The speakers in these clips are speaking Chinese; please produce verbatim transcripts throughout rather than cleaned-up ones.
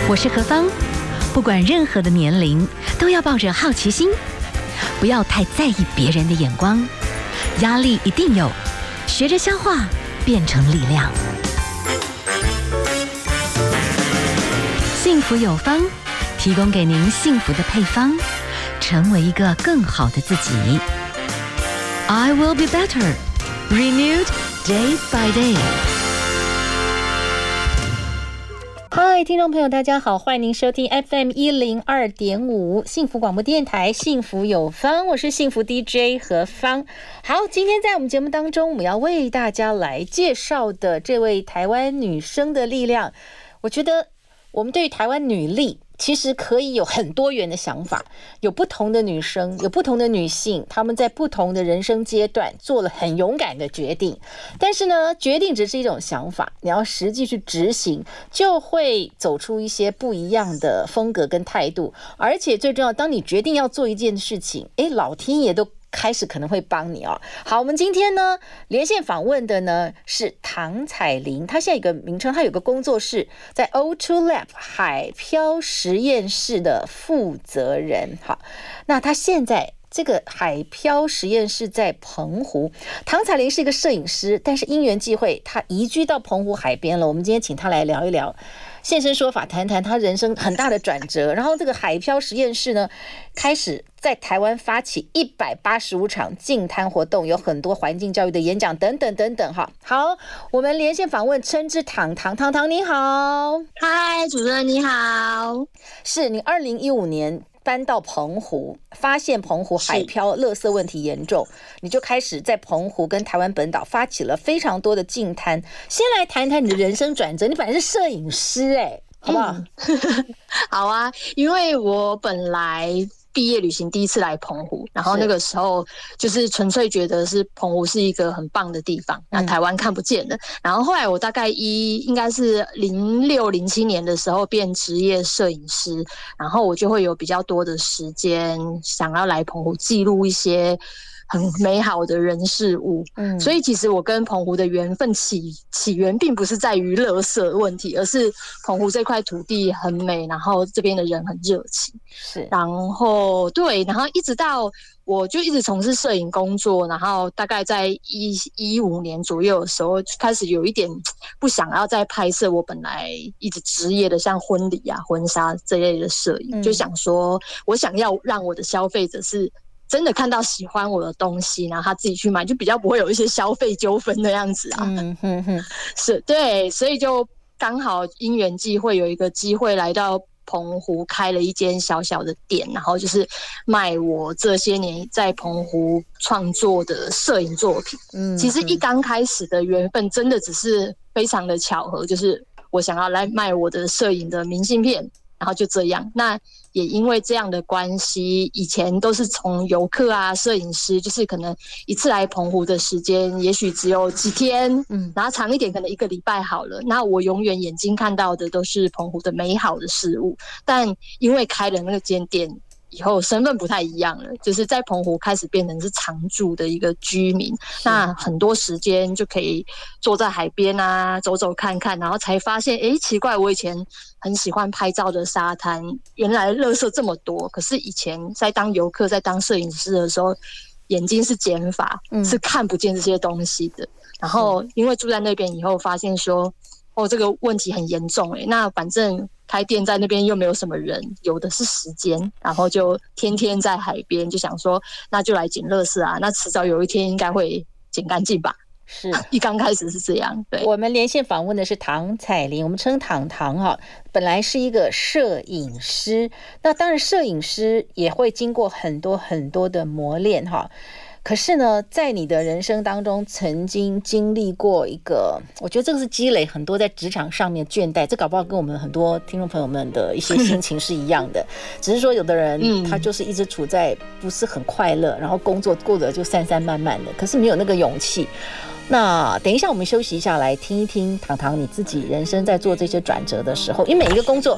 我是何芳，不管任何的年龄，都要抱着好奇心，不要太在意别人的眼光，压力一定有，学着消化，变成力量。幸福有方，提供给您幸福的配方，成为一个更好的自己。I will be better, renewed day by day。嗨，听众朋友，大家好，欢迎您收听 F M 一零二点五幸福广播电台，幸福有方，我是幸福 D J 何芳。好，今天在我们节目当中，我们要为大家来介绍的这位台湾女生的力量，我觉得我们对于台湾女力其实可以有很多元的想法，有不同的女生，有不同的女性，她们在不同的人生阶段做了很勇敢的决定。但是呢，决定只是一种想法，你要实际去执行，就会走出一些不一样的风格跟态度。而且最重要，当你决定要做一件事情，诶，老天爷都开始可能会帮你哦。好，我们今天呢连线访问的呢是唐彩玲，她现在有个名称，她有个工作室，在 O 二 Lab 海漂实验室的负责人。好，那她现在这个海漂实验室在澎湖。唐彩玲是一个摄影师，但是因缘际会，她移居到澎湖海边了。我们今天请她来聊一聊，现身说法，谈谈她人生很大的转折。然后这个海漂实验室呢，开始在台湾发起一百八十五场净滩活动，有很多环境教育的演讲等等等等。哈，好，我们连线访问称之糖糖糖糖，你好。 嗨，主持人你好。 是你二零一五年搬到澎湖，发现澎湖海漂垃圾问题严重，你就开始在澎湖跟台湾本岛发起了非常多的净滩。先来谈谈你的人生转折，你本来是摄影师哎、欸，好不好？嗯、 好啊，因为我本来毕业旅行第一次来澎湖，然后那个时候就是纯粹觉得是澎湖是一个很棒的地方，那台湾看不见的、嗯、然后后来我大概一应该是零六零七年的时候变职业摄影师，然后我就会有比较多的时间想要来澎湖记录一些很美好的人事物，嗯，所以其实我跟澎湖的缘分起起源并不是在于垃圾问题，而是澎湖这块土地很美，然后这边的人很热情，是，然后对，然后一直到我就一直从事摄影工作，然后大概在一一五年左右的时候，开始有一点不想要再拍摄我本来一直职业的像婚礼啊、婚纱这类的摄影，嗯、就想说我想要让我的消费者是真的看到喜欢我的东西，然后他自己去买，就比较不会有一些消费纠纷的样子啊。嗯哼哼，是，对，所以就刚好因缘际会有一个机会来到澎湖开了一间小小的店，然后就是卖我这些年在澎湖创作的摄影作品。嗯，其实一刚开始的缘分真的只是非常的巧合，就是我想要来卖我的摄影的明信片，然后就这样。那也因为这样的关系，以前都是从游客啊、摄影师，就是可能一次来澎湖的时间也许只有几天，嗯，然后长一点可能一个礼拜好了。那我永远眼睛看到的都是澎湖的美好的事物，但因为开了那个间店以后，身份不太一样了，就是在澎湖开始变成是常住的一个居民，那很多时间就可以坐在海边啊，走走看看，然后才发现，哎，奇怪，我以前很喜欢拍照的沙滩，原来垃圾这么多。可是以前在当游客、在当摄影师的时候，眼睛是减法，嗯、是看不见这些东西的。然后因为住在那边以后，发现说，哦，这个问题很严重，哎，那反正开店在那边又没有什么人，有的是时间，然后就天天在海边，就想说那就来捡垃圾啊，那迟早有一天应该会捡干净吧。是，一刚开始是这样。对， 我们连线访问的是唐彩玲，我们称糖糖哈，本来是一个摄影师，那当然摄影师也会经过很多很多的磨练哈。可是呢，在你的人生当中，曾经经历过一个，我觉得这个是积累很多在职场上面倦怠，这搞不好跟我们很多听众朋友们的一些心情是一样的，只是说有的人他就是一直处在不是很快乐，然后工作过得就散散漫漫的，可是没有那个勇气。那等一下我们休息一下，来听一听糖糖你自己人生在做这些转折的时候，因为每一个工作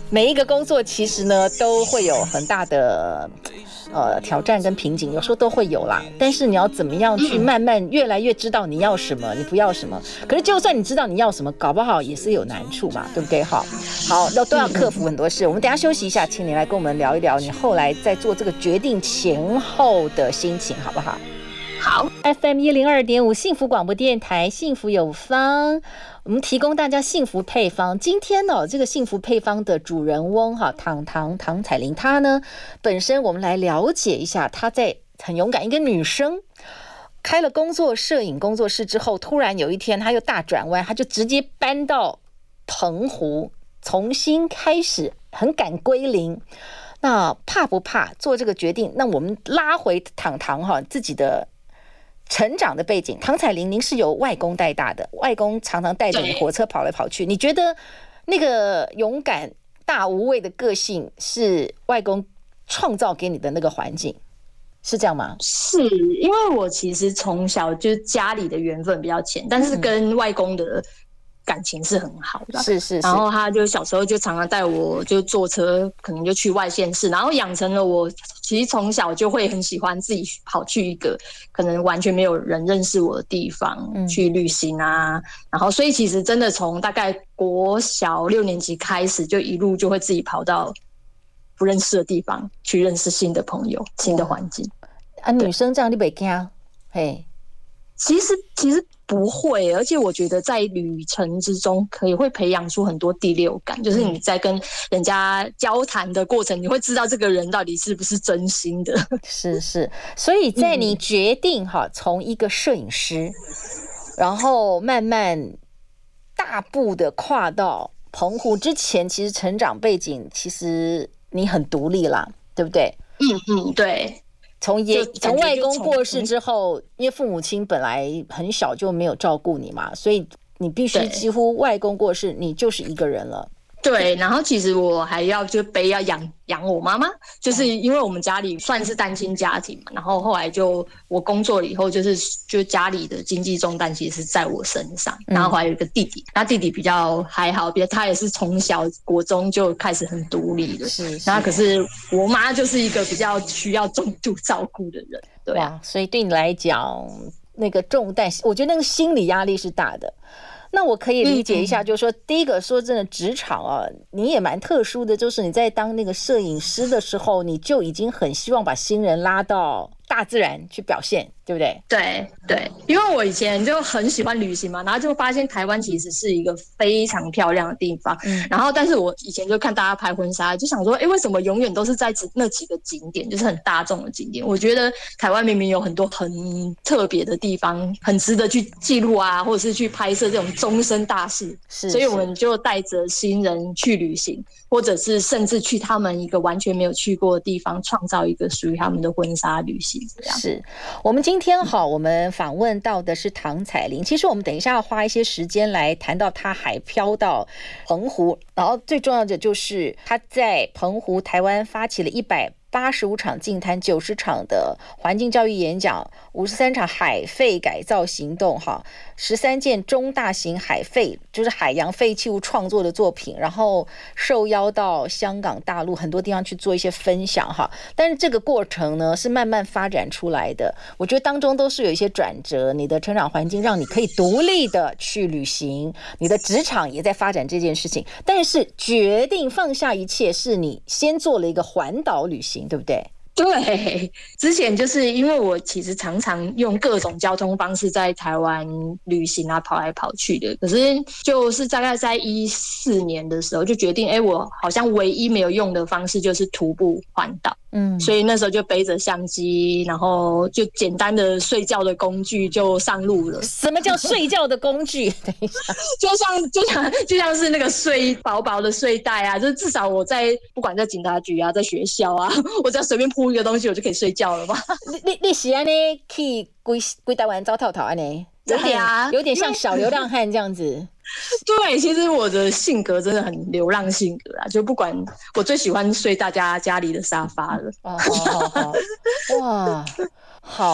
每一个工作其实呢都会有很大的呃挑战跟瓶颈，有时候都会有啦。但是你要怎么样去慢慢越来越知道你要什么，你不要什么。可是就算你知道你要什么，搞不好也是有难处嘛，对不对？好，好，都都要克服很多事。我们等一下休息一下，请你来跟我们聊一聊你后来在做这个决定前后的心情，好不好？ 好 ，F M 一零二点五幸福广播电台，幸福有方，我们提供大家幸福配方。今天呢、哦，这个幸福配方的主人翁哈，唐唐唐彩玲，她呢本身我们来了解一下，她在很勇敢，一个女生开了工作摄影工作室之后，突然有一天她又大转弯，她就直接搬到澎湖，重新开始，很敢归零。那怕不怕做这个决定？那我们拉回唐唐哈自己的成长的背景，唐彩玲，您是由外公带大的，外公常常带着你火车跑来跑去。你觉得那个勇敢大无畏的个性是外公创造给你的那个环境，是这样吗？ 是因为我其实从小就家里的缘分比较浅，但是跟外公的感情是很好的， 是是是。 然后他就小时候就常常带我就坐车，可能就去外县市，然后养成了我其实从小就会很喜欢自己跑去一个可能完全没有人认识我的地方、嗯、去旅行啊。然后所以其实真的从大概国小六年级开始，就一路就会自己跑到不认识的地方去认识新的朋友、新的环境。 啊，女生这样你不会怕？嘿， 其实其实不会，而且我觉得在旅程之中可以会培养出很多第六感，就是你在跟人家交谈的过程，你会知道这个人到底是不是真心的。 是是，所以在你决定哈从一个摄影师，然后慢慢大步的跨到澎湖之前，其实成长背景其实你很独立啦，对不对？ 嗯嗯，对。 从爷从外公过世之后，因为父母亲本来很小就没有照顾你嘛，所以你必须几乎外公过世，你就是一个人了。 对，然后其实我还要就背要养养我妈妈，就是因为我们家里算是单亲家庭嘛，然后后来就我工作了以后，就是就家里的经济重担其实是在我身上，然后还有一个弟弟，那弟弟比较还好，别他也是从小国中就开始很独立的，是是，然后可是我妈就是一个比较需要重度照顾的人，对啊， 所以对你来讲，那个重担，我觉得那个心理压力是大的。那我可以理解一下，就是说，第一个说真的，职场啊，你也蛮特殊的，就是你在当那个摄影师的时候，你就已经很希望把新人拉到大自然去表现，对不对？ 对对，因为我以前就很喜欢旅行嘛，然后就发现台湾其实是一个非常漂亮的地方。嗯，然后但是我以前就看大家拍婚纱，就想说，哎，为什么永远都是在那几个景点，就是很大众的景点？我觉得台湾明明有很多很特别的地方，很值得去记录啊，或者是去拍摄这种终身大事。是，所以我们就带着新人去旅行，或者是甚至去他们一个完全没有去过的地方，创造一个属于他们的婚纱旅行。 是我们今天好，我们访问到的是唐彩玲。其实我们等一下要花一些时间来谈到她海漂到澎湖，然后最重要的就是她在澎湖台湾发起了一百八十五场净滩，九十场的环境教育演讲，五十三场海废改造行动，哈，十三件中大型海废就是海洋废弃物创作的作品，然后受邀到香港、大陆很多地方去做一些分享，哈。但是这个过程呢是慢慢发展出来的，我觉得当中都是有一些转折，你的成长环境让你可以独立的去旅行，你的职场也在发展这件事情，但是决定放下一切是你先做了一个环岛旅行，对不对？ 对，之前就是因为我其实常常用各种交通方式在台湾旅行啊，跑来跑去的。可是就是大概在一四年的时候，就决定，哎，我好像唯一没有用的方式就是徒步环岛。嗯，所以那时候就背着相机，然后就简单的睡觉的工具就上路了。 什么叫睡觉的工具？等一下， 就像就像就像是那个睡薄薄的睡袋啊，就是至少我在不管在警察局啊，在学校啊，我只要随便铺一个东西，我就可以睡觉了嘛。 你你你是安尼去规规台湾走透透安尼，有点、啊、有点像小流浪汉这样子。 对，其实我的性格真的很流浪性格啊，就不管我最喜欢睡大家家里的沙发了。 哦，好好好，哇，好，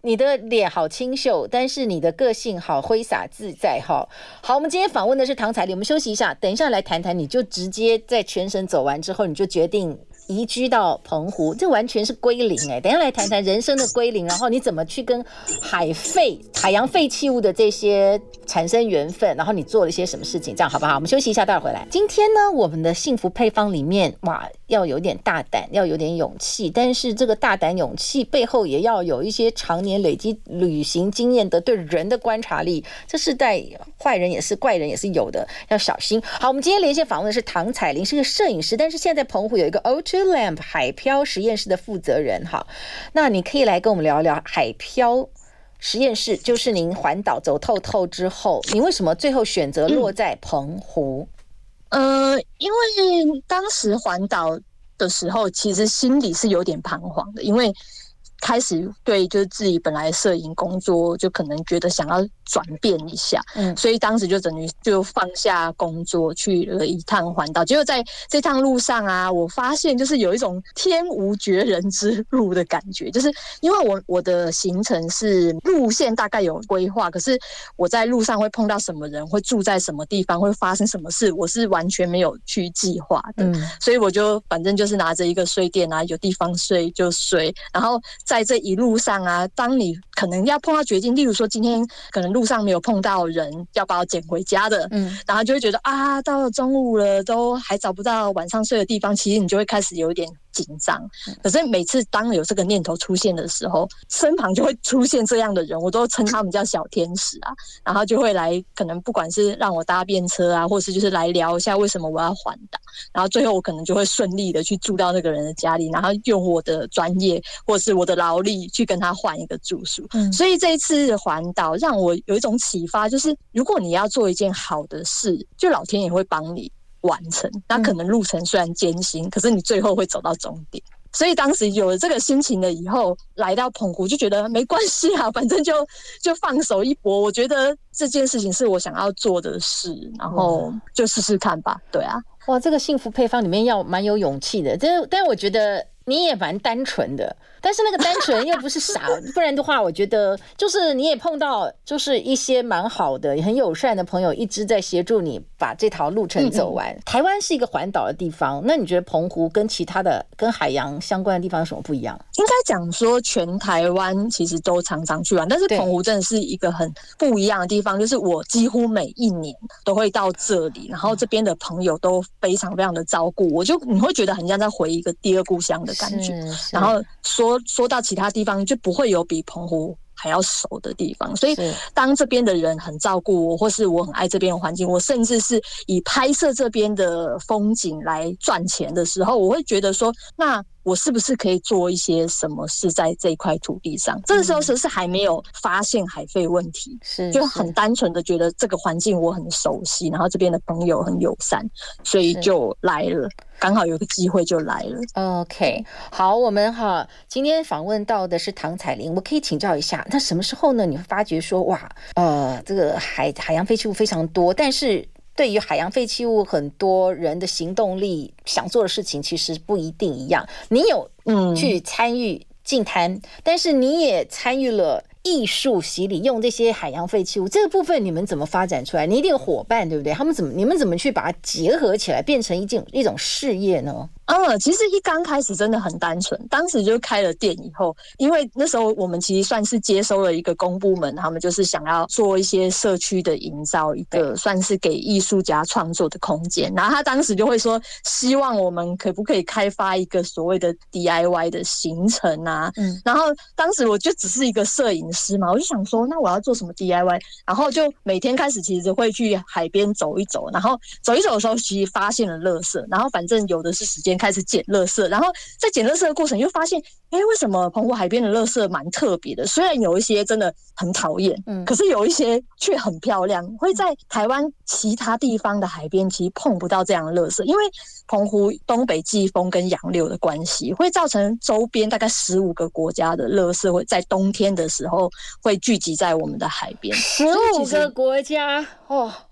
你的脸好清秀，但是你的个性好挥洒自在哈。好，我们今天访问的是唐采玲，我们休息一下，等一下来谈谈，你就直接在全省走完之后，你就决定移居到澎湖，这完全是归零哎、欸。等一下来谈谈人生的归零，然后你怎么去跟海废、海洋废弃物的这些产生缘分，然后你做了一些什么事情，这样好不好？我们休息一下，待会儿回来。今天呢，我们的幸福配方里面，哇，要有点大胆，要有点勇气，但是这个大胆勇气背后也要有一些常年累积旅行经验的对人的观察力。这世代坏人也是，怪人也是有的，要小心。好，我们今天连线访问的是唐采玲，是个摄影师，但是现在澎湖有一个 O 二 Lamp 海漂实验室的负责人。好，那你可以来跟我们聊聊海漂实验室，就是您环岛走透透之后，你为什么最后选择落在澎湖？ 呃，因为当时环岛的时候，其实心里是有点彷徨的，因为开始对就是自己本来摄影工作就可能觉得想要转变一下，嗯，所以当时就等于就放下工作去了一趟环岛。结果在这趟路上啊，我发现就是有一种天无绝人之路的感觉，就是因为我我的行程是路线大概有规划，可是我在路上会碰到什么人，会住在什么地方，会发生什么事，我是完全没有去计划的，嗯，所以我就反正就是拿着一个睡垫啊，有地方睡就睡，然后在这一路上啊，当你可能要碰到绝境，例如说今天可能路上没有碰到人要把我捡回家的，嗯，然后就会觉得啊，到了中午了，都还找不到晚上睡的地方，其实你就会开始有一点紧张。可是每次当有这个念头出现的时候，身旁就会出现这样的人，我都称他们叫小天使啊，然后就会来，可能不管是让我搭便车啊，或是就是来聊一下为什么我要环岛，然后最后我可能就会顺利的去住到那个人的家里，然后用我的专业或是我的劳力去跟他换一个住宿。嗯，所以这一次的环岛让我有一种启发，就是如果你要做一件好的事，就老天也会帮你完成，那可能路程虽然艰辛，可是你最后会走到终点。所以当时有了这个心情了以后，来到澎湖就觉得没关系啊，反正就就放手一搏。我觉得这件事情是我想要做的事，然后就试试看吧。对啊， 哇，这个幸福配方里面要蛮有勇气的，但但我觉得你也蛮单纯的。但是那个单纯又不是傻，不然的话，我觉得就是你也碰到就是一些蛮好的、很友善的朋友，一直在协助你把这条路程走完。嗯嗯，台湾是一个环岛的地方，那你觉得澎湖跟其他的跟海洋相关的地方有什么不一样？ 应该讲说全台湾其实都常常去玩，但是澎湖真的是一个很不一样的地方，就是我几乎每一年都会到这里，然后这边的朋友都非常非常的照顾我，就你会觉得很像在回一个第二故乡的感觉。然后说说到其他地方就不会有比澎湖还要熟的地方，所以当这边的人很照顾我，或是我很爱这边的环境，我甚至是以拍摄这边的风景来赚钱的时候，我会觉得说，那我是不是可以做一些什么事在这一块土地上？这个时候是还没有发现海废问题，是就很单纯的觉得这个环境我很熟悉，然后这边的朋友很友善，所以就来了。刚好有个机会就来了。 OK， 好，我们哈今天访问到的是唐采玲，我可以请教一下，那什么时候呢你会发觉说哇呃这个海海洋废弃物非常多，但是对于海洋废弃物很多人的行动力想做的事情其实不一定一样，你有去参与净滩、嗯、但是你也参与了艺术洗礼，用这些海洋废弃物，这个部分你们怎么发展出来？你一定有伙伴对不对？他们怎么你们怎么去把它结合起来变成一种一种事业呢？ 嗯，其实一刚开始真的很单纯，当时就开了店以后，因为那时候我们其实算是接收了一个公部门，他们就是想要做一些社区的营造，一个算是给艺术家创作的空间，然后他当时就会说希望我们可不可以开发一个所谓的 D I Y 的行程啊，嗯，然后当时我就只是一个摄影师嘛，我就想说那我要做什么 D I Y， 然后就每天开始其实会去海边走一走，然后走一走的时候其实发现了垃圾，然后反正有的是时间开始捡垃圾，然后在捡垃圾的过程又发现哎，为什么澎湖海边的垃圾蛮特别的，虽然有一些真的很讨厌、嗯、可是有一些却很漂亮，会在台湾其他地方的海边其实碰不到这样的垃圾，因为澎湖东北季风跟洋流的关系，会造成周边大概十五个国家的垃圾会在冬天的时候会聚集在我们的海边。 十五个国家哦，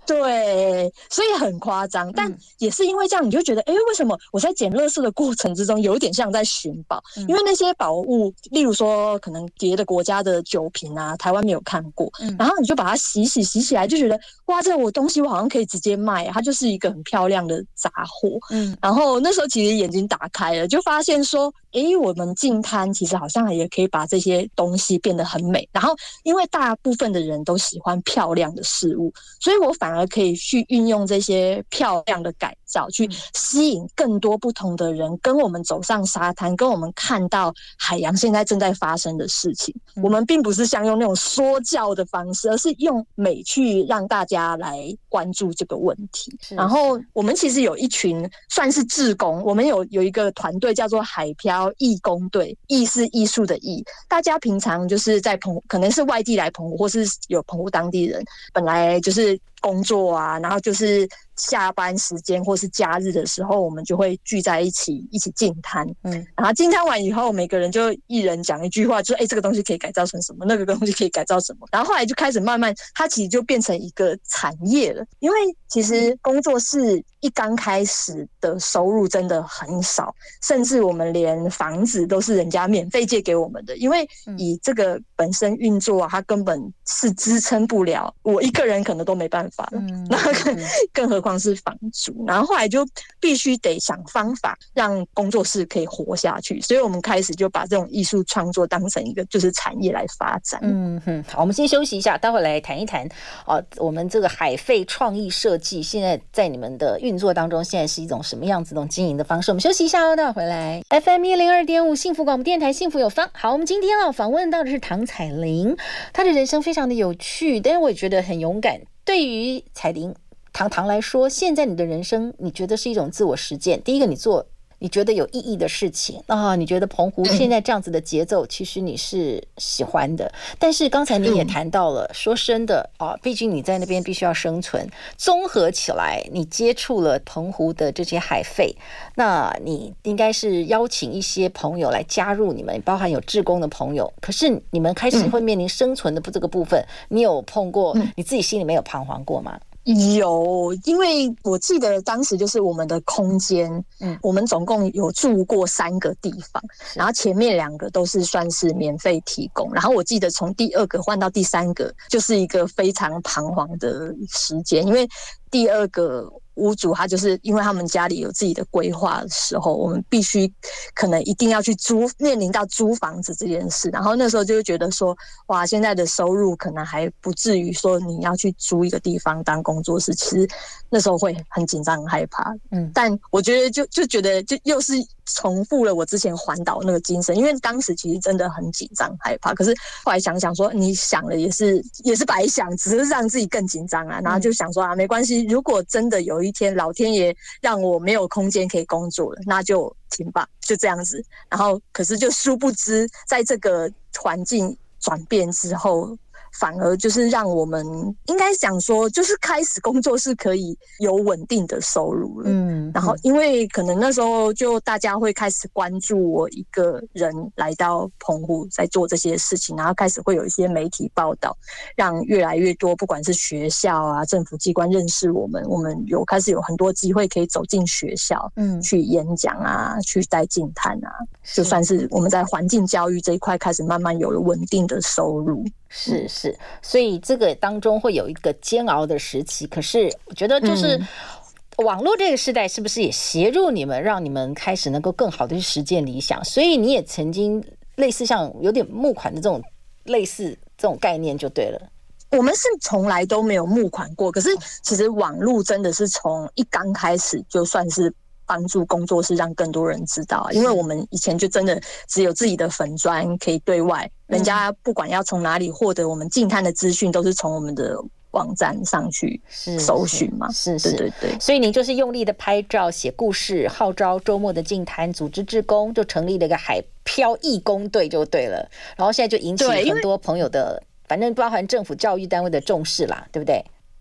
对，所以很夸张，但也是因为这样，你就觉得，哎，为什么我在捡垃圾的过程之中，有点像在寻宝？嗯、因为那些宝物，例如说，可能别的国家的酒瓶啊，台湾没有看过，嗯、然后你就把它洗洗洗起来，就觉得，哇，这我东西我好像可以直接卖，它就是一个很漂亮的杂货。嗯，然后那时候其实眼睛打开了，就发现说，哎，我们净滩其实好像也可以把这些东西变得很美。然后，因为大部分的人都喜欢漂亮的事物，所以我反而可以去运用这些漂亮的改造，去吸引更多不同的人跟我们走上沙滩，跟我们看到海洋现在正在发生的事情。嗯、我们并不是像用那种说教的方式，而是用美去让大家来关注这个问题。然后我们其实有一群算是志工，我们有有一个团队叫做海漂义工队，义是艺术的义。大家平常就是在澎湖，可能是外地来澎湖，或是有澎湖当地人，本来就是工作啊，然后就是下班时间或是假日的时候，我们就会聚在一起，一起净滩。嗯，然后净滩完以后，每个人就一人讲一句话，就是哎、欸，这个东西可以改造成什么，那个东西可以改造什么。然后后来就开始慢慢，它其实就变成一个产业了。因为其实工作室一刚开始的收入真的很少，甚至我们连房子都是人家免费借给我们的，因为以这个本身运作啊，它根本是支撑不了，我一个人可能都没办法了。嗯，那更更何况是房租。然后后来就必须得想方法让工作室可以活下去，所以我们开始就把这种艺术创作当成一个就是产业来发展。 嗯哼，好，我们先休息一下，待会来谈一谈哦，我们这个海废创意设计现在在你们的运作当中，现在是一种什么样子的经营的方式？我们休息一下哦，待会回来。F M 一零二点五幸福广播电台，幸福有方。好，我们今天啊访问到的是唐彩玲，她的人生非常的有趣，但是我也觉得很勇敢。对于彩玲唐唐来说，现在你的人生，你觉得是一种自我实践。第一个，你做你觉得有意义的事情啊，你觉得澎湖现在这样子的节奏，其实你是喜欢的。但是刚才你也谈到了，说真的啊，毕竟你在那边必须要生存。综合起来，你接触了澎湖的这些海废，那你应该是邀请一些朋友来加入你们，包含有志工的朋友。可是你们开始会面临生存的这个部分，你有碰过？你自己心里面有彷徨过吗？ 有，因为我记得当时就是我们的空间，嗯，我们总共有住过三个地方，然后前面两个都是算是免费提供，然后我记得从第二个换到第三个就是一个非常彷徨的时间，因为第二个屋主他就是因为他们家里有自己的规划的时候，我们必须可能一定要去租，面临到租房子这件事，然后那时候就会觉得说，哇，现在的收入可能还不至于说你要去租一个地方当工作室，其实那时候会很紧张很害怕。嗯，但我觉得就就觉得就又是重复了我之前环岛那个精神，因为当时其实真的很紧张害怕，可是后来想想说，你想了也是也是白想，只是让自己更紧张啊，然后就想说啊，没关系，如果真的有一天老天爷让我没有空间可以工作了，那就停吧，就这样子。然后可是就殊不知在这个环境转变之后，反而就是让我们应该讲说，就是开始工作是可以有稳定的收入了。嗯，然后因为可能那时候就大家会开始关注我一个人来到澎湖在做这些事情，然后开始会有一些媒体报道，让越来越多不管是学校啊、政府机关认识我们，我们有开始有很多机会可以走进学校，嗯，去演讲啊，去带净滩啊，就算是我们在环境教育这一块开始慢慢有了稳定的收入。 是是，所以这个当中会有一个煎熬的时期。可是我觉得就是网络这个时代是不是也协助你们，让你们开始能够更好的去实践理想？所以你也曾经类似像有点募款的这种类似这种概念就对了。 我们是从来都没有募款过，可是其实网络真的是从一刚开始就算是帮助工作室让更多人知道，因为我们以前就真的只有自己的粉专可以对外，人家不管要从哪里获得我们净滩的资讯，都是从我们的网站上去搜寻嘛。 是是， 对对对。 所以你就是用力的拍照、写故事，号召周末的净滩，组织志工，就成立了一个海漂义工队就对了。然后现在就引起很多朋友的，反正包含政府教育单位的重视啦，对不对？ 对，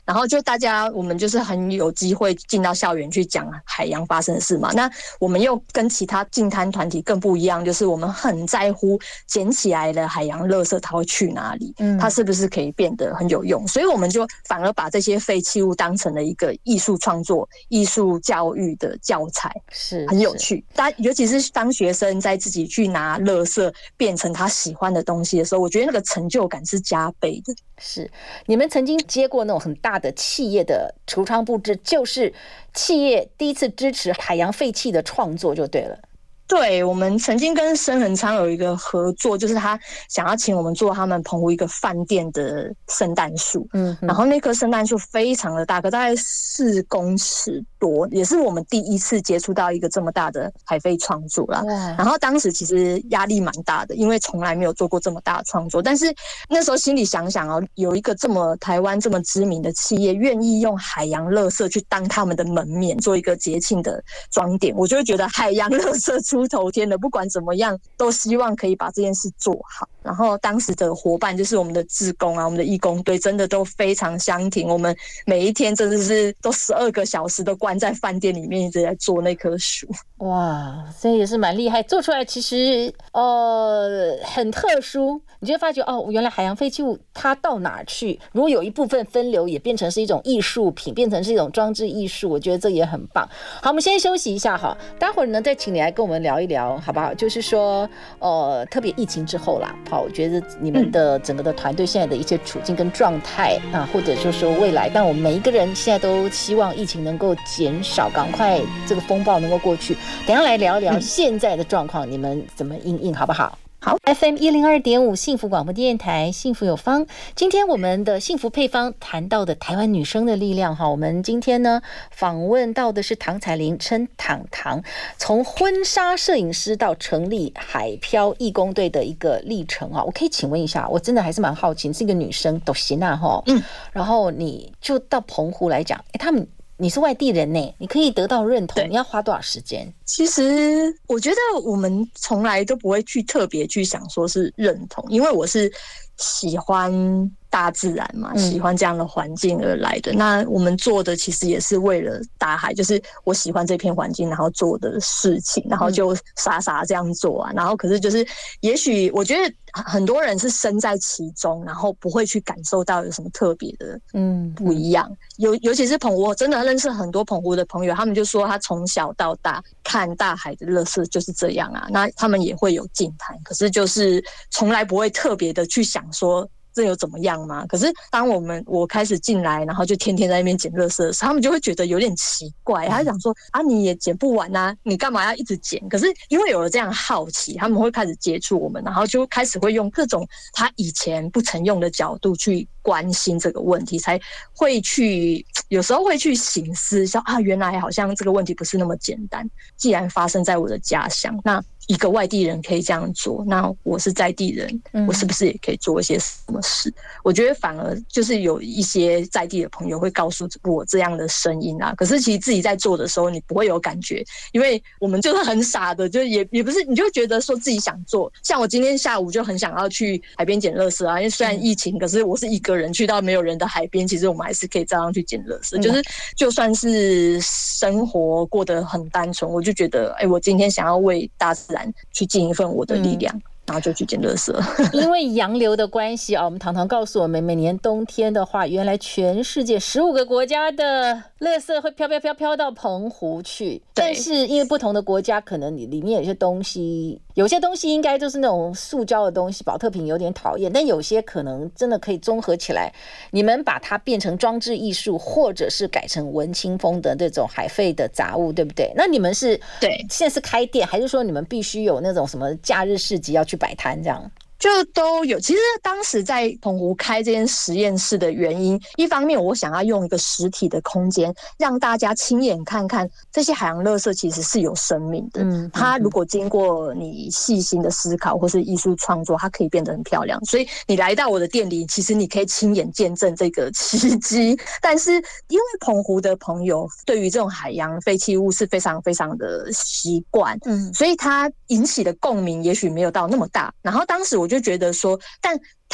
然后就大家我们就是很有机会进到校园去讲海洋发生的事嘛。那我们又跟其他净滩团体更不一样，就是我们很在乎捡起来的海洋垃圾它会去哪里，它是不是可以变得很有用，所以我们就反而把这些废弃物当成了一个艺术创作、艺术教育的教材， 是很有趣。大尤其是当学生在自己去拿垃圾变成他喜欢的东西的时候，我觉得那个成就感是加倍的。 是，你们曾经接过那种很大的企业的橱窗布置，就是企业第一次支持海洋废弃的创作就对了。 对，我们曾经跟深恒昌有一个合作，就是他想要请我们做他们澎湖一个饭店的圣诞树，嗯，然后那棵圣诞树非常的大棵，大概四公尺多，也是我们第一次接触到一个这么大的海废创作啦。然后当时其实压力蛮大的，因为从来没有做过这么大的创作，但是那时候心里想想哦，有一个这么台湾这么知名的企业愿意用海洋垃圾去当他们的门面，做一个节庆的装点，我就会觉得海洋垃圾出头天了，不管怎么样都希望可以把这件事做好。然后当时的伙伴就是我们的志工啊，我们的义工队真的都非常相挺，我们每一天真的是都十二个小时都关在饭店里面一直在做那棵树。 哇，所以也是蛮厉害，做出来其实呃很特殊，你就会发觉哦，原来海洋废弃物它到哪去，如果有一部分分流也变成是一种艺术品，变成是一种装置艺术，我觉得这也很棒。好，我们先休息一下哈，待会儿呢再请你来跟我们聊一聊好不好，就是说呃特别疫情之后啦，好，我觉得你们的整个的团队现在的一些处境跟状态啊，或者就是说未来，但我们每一个人现在都希望疫情能够减少，赶快这个风暴能够过去。等一下来聊聊现在的状况，你们怎么因应好不好？好 ，F M 一零二点五幸福广播电台，幸福有方。今天我们的幸福配方谈到的台湾女生的力量哈，我们今天呢访问到的是唐彩玲，称糖糖，从婚纱摄影师到成立海漂义工队的一个历程啊。我可以请问一下，我真的还是蛮好奇，你是一个女生，都行啊哈，嗯，然后你就到澎湖来讲，哎，他们。你是外地人呢，你可以得到认同，你要花多少时间？ 其实我觉得我们从来都不会去特别去想说是认同，因为我是喜欢大自然嘛，喜欢这样的环境而来的。嗯、那我们做的其实也是为了大海，就是我喜欢这片环境，然后做的事情，然后就傻傻这样做啊。然后可是就是，也许我觉得很多人是身在其中，然后不会去感受到有什么特别的嗯不一样。嗯、尤尤其是澎湖，我真的认识很多澎湖的朋友，他们就说他从小到大看大海的垃圾就是这样啊。那他们也会有净滩，可是就是从来不会特别的去想说。这有怎么样吗？可是当我们我开始进来，然后就天天在那边捡垃圾的时候，他们就会觉得有点奇怪。他就想说啊，你也捡不完啊，你干嘛要一直捡？可是因为有了这样好奇，他们会开始接触我们，然后就开始会用各种他以前不曾用的角度去关心这个问题，才会去有时候会去省思，说啊，原来好像这个问题不是那么简单。既然发生在我的家乡，那一个外地人可以这样做，那我是在地人，我是不是也可以做一些什么事？我觉得反而就是有一些在地的朋友会告诉我这样的声音啊。可是其实自己在做的时候，你不会有感觉，因为我们就是很傻的，就也也不是，你就觉得说自己想做。像我今天下午就很想要去海边捡垃圾啊，因为虽然疫情，可是我是一个人去到没有人的海边，其实我们还是可以照样去捡垃圾。就是就算是生活过得很单纯，我就觉得，哎，我今天想要为大自然去尽一份我的力量。嗯然后就去捡垃圾。 因为洋流的关系啊，我们常常告诉我们，每年冬天的话，原来全世界十五个国家的垃圾会飘飘飘飘到澎湖去。但是因为不同的国家，可能里面有些东西，有些东西应该就是那种塑胶的东西，保特瓶有点讨厌，但有些可能真的可以综合起来。你们把它变成装置艺术，或者是改成文青风的这种海废的杂物，对不对？那你们是对现在是开店，还是说你们必须有那种什么假日市集要去摆摊这样？ 就都有。其实当时在澎湖开这间实验室的原因，一方面我想要用一个实体的空间，让大家亲眼看看这些海洋垃圾其实是有生命的。嗯，它如果经过你细心的思考或是艺术创作，它可以变得很漂亮。所以你来到我的店里，其实你可以亲眼见证这个奇迹。但是因为澎湖的朋友对于这种海洋废弃物是非常非常的习惯，嗯，所以它引起的共鸣也许没有到那么大。然后当时我就觉得说，但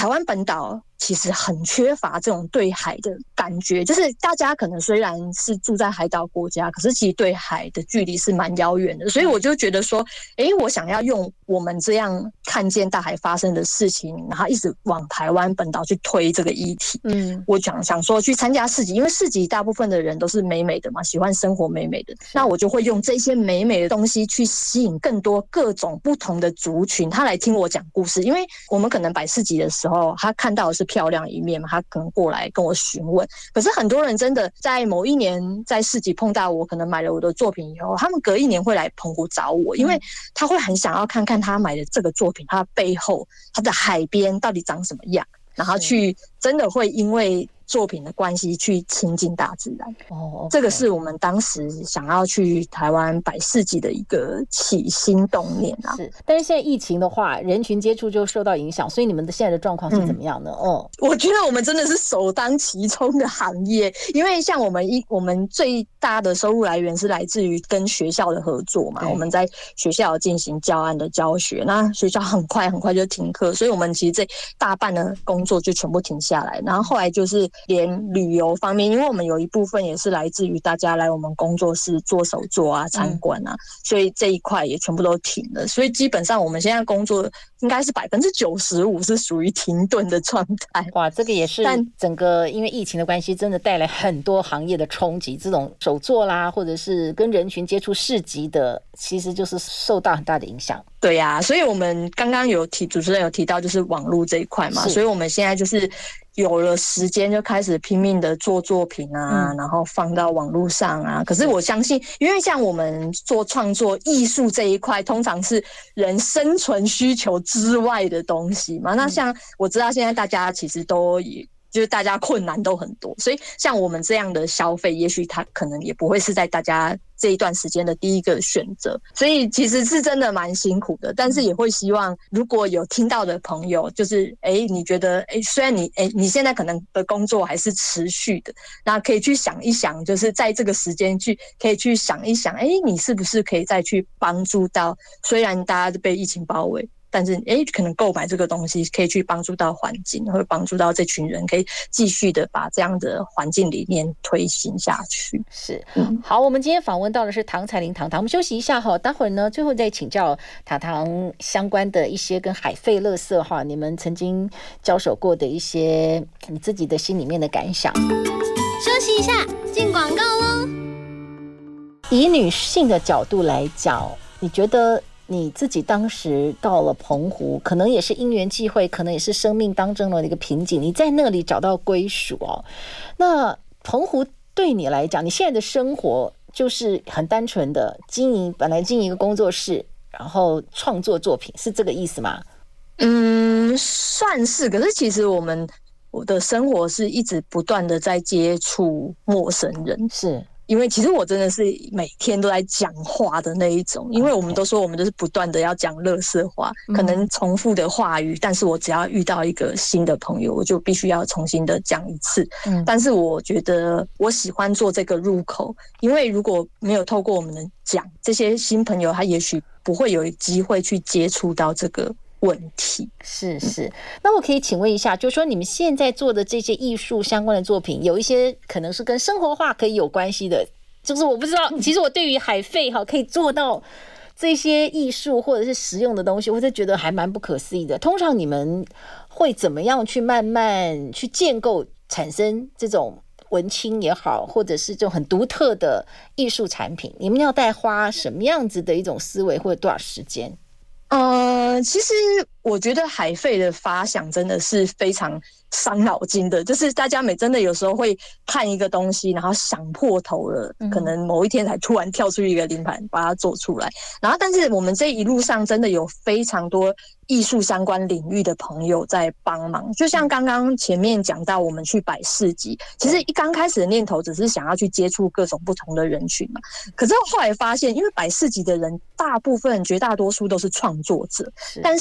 台湾本岛其实很缺乏这种对海的感觉，就是大家可能虽然是住在海岛国家，可是其实对海的距离是蛮遥远的，所以我就觉得说，哎，我想要用我们这样看见大海发生的事情，然后一直往台湾本岛去推这个议题。嗯，我想想说去参加市集，因为市集大部分的人都是美美的嘛，喜欢生活美美的，那我就会用这些美美的东西去吸引更多各种不同的族群，他来听我讲故事。因为我们可能摆市集的时候，他看到的是漂亮一面嘛，他可能过来跟我询问。可是很多人真的在某一年在市集碰到我，可能买了我的作品以后，他们隔一年会来澎湖找我，因为他会很想要看看他买的这个作品，他背后他的海边到底长什么样，然后去真的会因为作品的关系去亲近大自然。哦， okay. 这个是我们当时想要去台湾摆市集的一个起心动念啊。 是，但是现在疫情的话，人群接触就受到影响，所以你们的现在的状况是怎么样呢？嗯、哦， 我觉得我们真的是首当其冲的行业，因为像我们一我们最大的收入来源是来自于跟学校的合作嘛，我们在学校进行教案的教学，那学校很快很快就停课，所以我们其实这大半的工作就全部停下来，然后后来就是连旅游方面，因为我们有一部分也是来自于大家来我们工作室做手作啊、参观啊、嗯，所以这一块也全部都停了。所以基本上我们现在工作应该是百分之九十五是属于停顿的状态。 哇，这个也是整个因为疫情的关系，真的带来很多行业的冲击。这种手作啦，或者是跟人群接触市集的，其实就是受到很大的影响。 对呀、啊，所以我们刚刚有提主持人有提到就是网络这一块嘛，所以我们现在就是有了时间就开始拼命的做作品啊、嗯、然后放到网络上啊。可是我相信因为像我们做创作艺术这一块通常是人生存需求之外的东西嘛，那像我知道现在大家其实都也就是大家困难都很多，所以像我们这样的消费也许它可能也不会是在大家这一段时间的第一个选择，所以其实是真的蛮辛苦的。但是也会希望如果有听到的朋友就是哎，你觉得哎，虽然你哎你现在可能的工作还是持续的，那可以去想一想，就是在这个时间去可以去想一想，哎，你是不是可以再去帮助到虽然大家被疫情包围，但是诶可能购买这个东西可以去帮助到环境，会帮助到这群人可以继续的把这样的环境理念推行下去。 是、嗯、好，我们今天访问到的是唐彩玲糖糖，我们休息一下哈，待会儿呢最后再请教糖糖相关的一些跟海废垃圾哈，你们曾经交手过的一些你自己的心里面的感想。 休息一下，进广告咯。 以女性的角度来讲，你觉得你自己当时到了澎湖，可能也是因缘际会，可能也是生命当中的一个瓶颈，你在那里找到归属哦。那澎湖对你来讲，你现在的生活就是很单纯的经营，本来经营一个工作室，然后创作作品，是这个意思吗？ 嗯，算是。可是其实我们我的生活是一直不断的在接触陌生人， 是。 因为其实我真的是每天都在讲话的那一种，因为我们都说我们就是不断的要讲垃圾话，可能重复的话语，但是我只要遇到一个新的朋友，我就必须要重新的讲一次。嗯，但是我觉得我喜欢做这个入口，因为如果没有透过我们的讲，这些新朋友他也许不会有机会去接触到这个问题。 是是，那我可以请问一下，就是说你们现在做的这些艺术相关的作品，有一些可能是跟生活化可以有关系的，就是我不知道，其实我对于海废哈可以做到这些艺术或者是实用的东西，我就觉得还蛮不可思议的。通常你们会怎么样去慢慢去建构产生这种文青也好，或者是这种很独特的艺术产品？你们要带花什么样子的一种思维，或者多少时间？ 呃，其实我觉得海废的发想真的是非常伤脑筋的，就是大家每真的有时候会看一个东西，然后想破头了，可能某一天才突然跳出一个灵感把它做出来。然后但是我们这一路上真的有非常多艺术相关领域的朋友在帮忙，就像刚刚前面讲到我们去摆市集，其实一刚开始的念头只是想要去接触各种不同的人群嘛，可是后来发现因为摆市集的人大部分绝大多数都是创作者，但是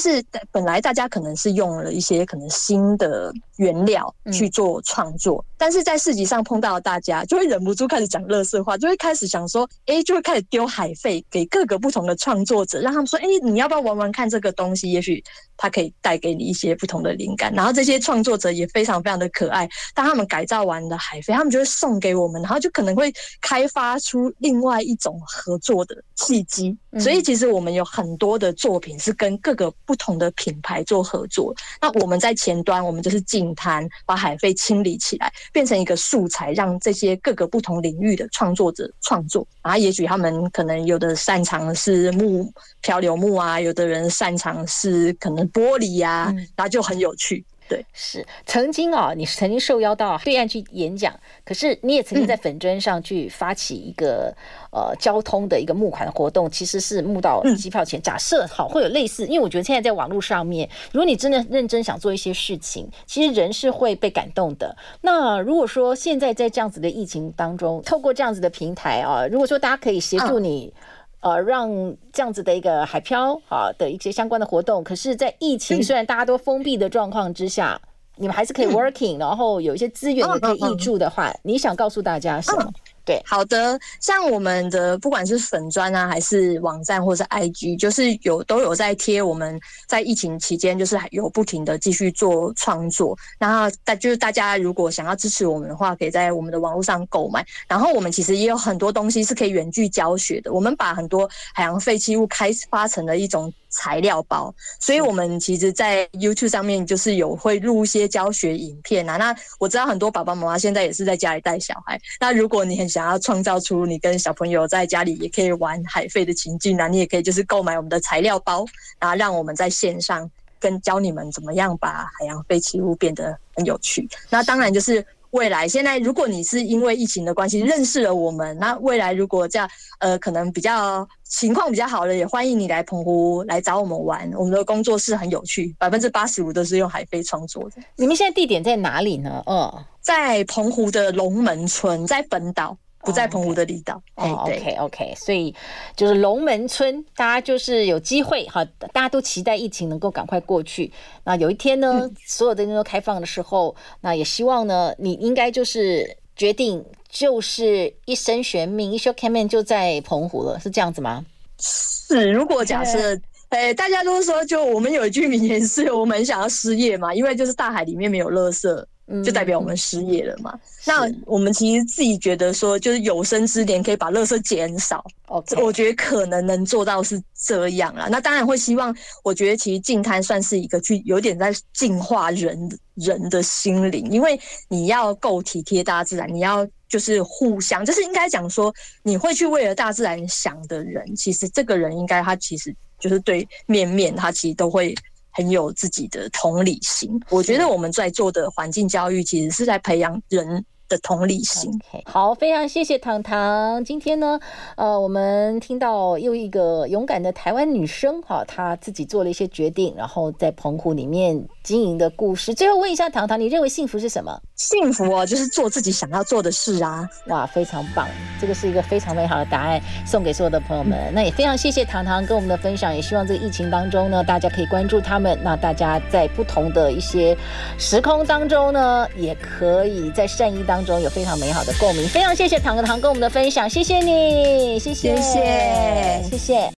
本来大家可能是用了一些可能新的原料去做创作，嗯、但是在市集上碰到大家就会忍不住开始讲垃圾话，就会开始想说，哎，就会开始丢海费给各个不同的创作者，让他们说，哎，你要不要玩玩看这个东西？也许它可以带给你一些不同的灵感。然后这些创作者也非常非常的可爱，当他们改造完的海费，他们就会送给我们，然后就可能会开发出另外一种合作的契机。所以其实我们有很多的作品是跟各个不同的品牌做合作。那我们在前端，我们就是净滩，把海费清理起来，变成一个素材，让这些各个不同领域的创作者创作。然后也许他们可能有的擅长是木漂流木啊，有的人擅长是可能玻璃啊，嗯、然后就很有趣。对， 是曾经啊、哦，你曾经受邀到对岸去演讲，可是你也曾经在粉专上去发起一个、嗯、呃交通的一个募款活动，其实是募到机票钱。嗯、假设好会有类似，因为我觉得现在在网络上面，如果你真的认真想做一些事情，其实人是会被感动的。那如果说现在在这样子的疫情当中，透过这样子的平台啊，如果说大家可以协助你。嗯呃，让这样子的一个海漂啊的一些相关的活动，可是，在疫情虽然大家都封闭的状况之下，嗯、你们还是可以 working，、嗯、然后有一些资源也可以挹注的话，嗯、你想告诉大家什么？嗯对， 好的，像我们的不管是粉专啊，还是网站或是 I G， 就是有都有在贴我们在疫情期间就是有不停的继续做创作。然后大就是大家如果想要支持我们的话，可以在我们的网络上购买。然后我们其实也有很多东西是可以远距教学的，我们把很多海洋废弃物开发成了一种材料包，所以我们其实在 YouTube 上面就是有会录一些教学影片啊。那我知道很多爸爸妈妈现在也是在家里带小孩，那如果你很想要创造出你跟小朋友在家里也可以玩海废的情境啊，你也可以就是购买我们的材料包，然后让我们在线上跟教你们怎么样把海洋废弃物变得很有趣。那当然就是未来现在如果你是因为疫情的关系认识了我们，那未来如果这样呃可能比较情况比较好了，也欢迎你来澎湖来找我们玩。我们的工作室很有趣，百分之八十五都是用海废创作的。 你们现在地点在哪里呢？嗯， 在澎湖的龙门村，在本岛。不在澎湖的离岛。 哦、oh, ，OK OK， 所以就是龙门村，大家就是有机会哈，大家都期待疫情能够赶快过去。那有一天呢，嗯、所有的人都开放的时候，那也希望呢，你应该就是决定就是一生悬命，一休 c a m 就在澎湖了，是这样子吗？ 是，如果假设。哎，大家都说，就我们有一句名言是，我们很想要失业嘛，因为就是大海里面没有垃圾，就代表我们失业了嘛。嗯、那我们其实自己觉得说，就是有生之年可以把垃圾减少。Okay. 我觉得可能能做到是这样啦。那当然会希望，我觉得其实净滩算是一个去有点在净化人人的心灵，因为你要够体贴大自然，你要。就是互相，就是应该讲说，你会去为了大自然想的人，其实这个人应该他其实就是对面面，他其实都会很有自己的同理心。我觉得我们在做的环境教育，其实是在培养人的同理心。 Okay. 好，非常谢谢糖糖。今天呢，呃，我们听到又一个勇敢的台湾女生，哈，她自己做了一些决定，然后在澎湖里面经营的故事。最后问一下糖糖，你认为幸福是什么？ 幸福哦，就是做自己想要做的事啊！ 哇，非常棒，这个是一个非常美好的答案，送给所有的朋友们。嗯、那也非常谢谢糖糖跟我们的分享，也希望这个疫情当中呢，大家可以关注他们。那大家在不同的一些时空当中呢，也可以在善意当中有非常美好的共鸣。非常谢谢糖糖跟我们的分享，谢谢你，谢谢， 谢谢， 谢谢。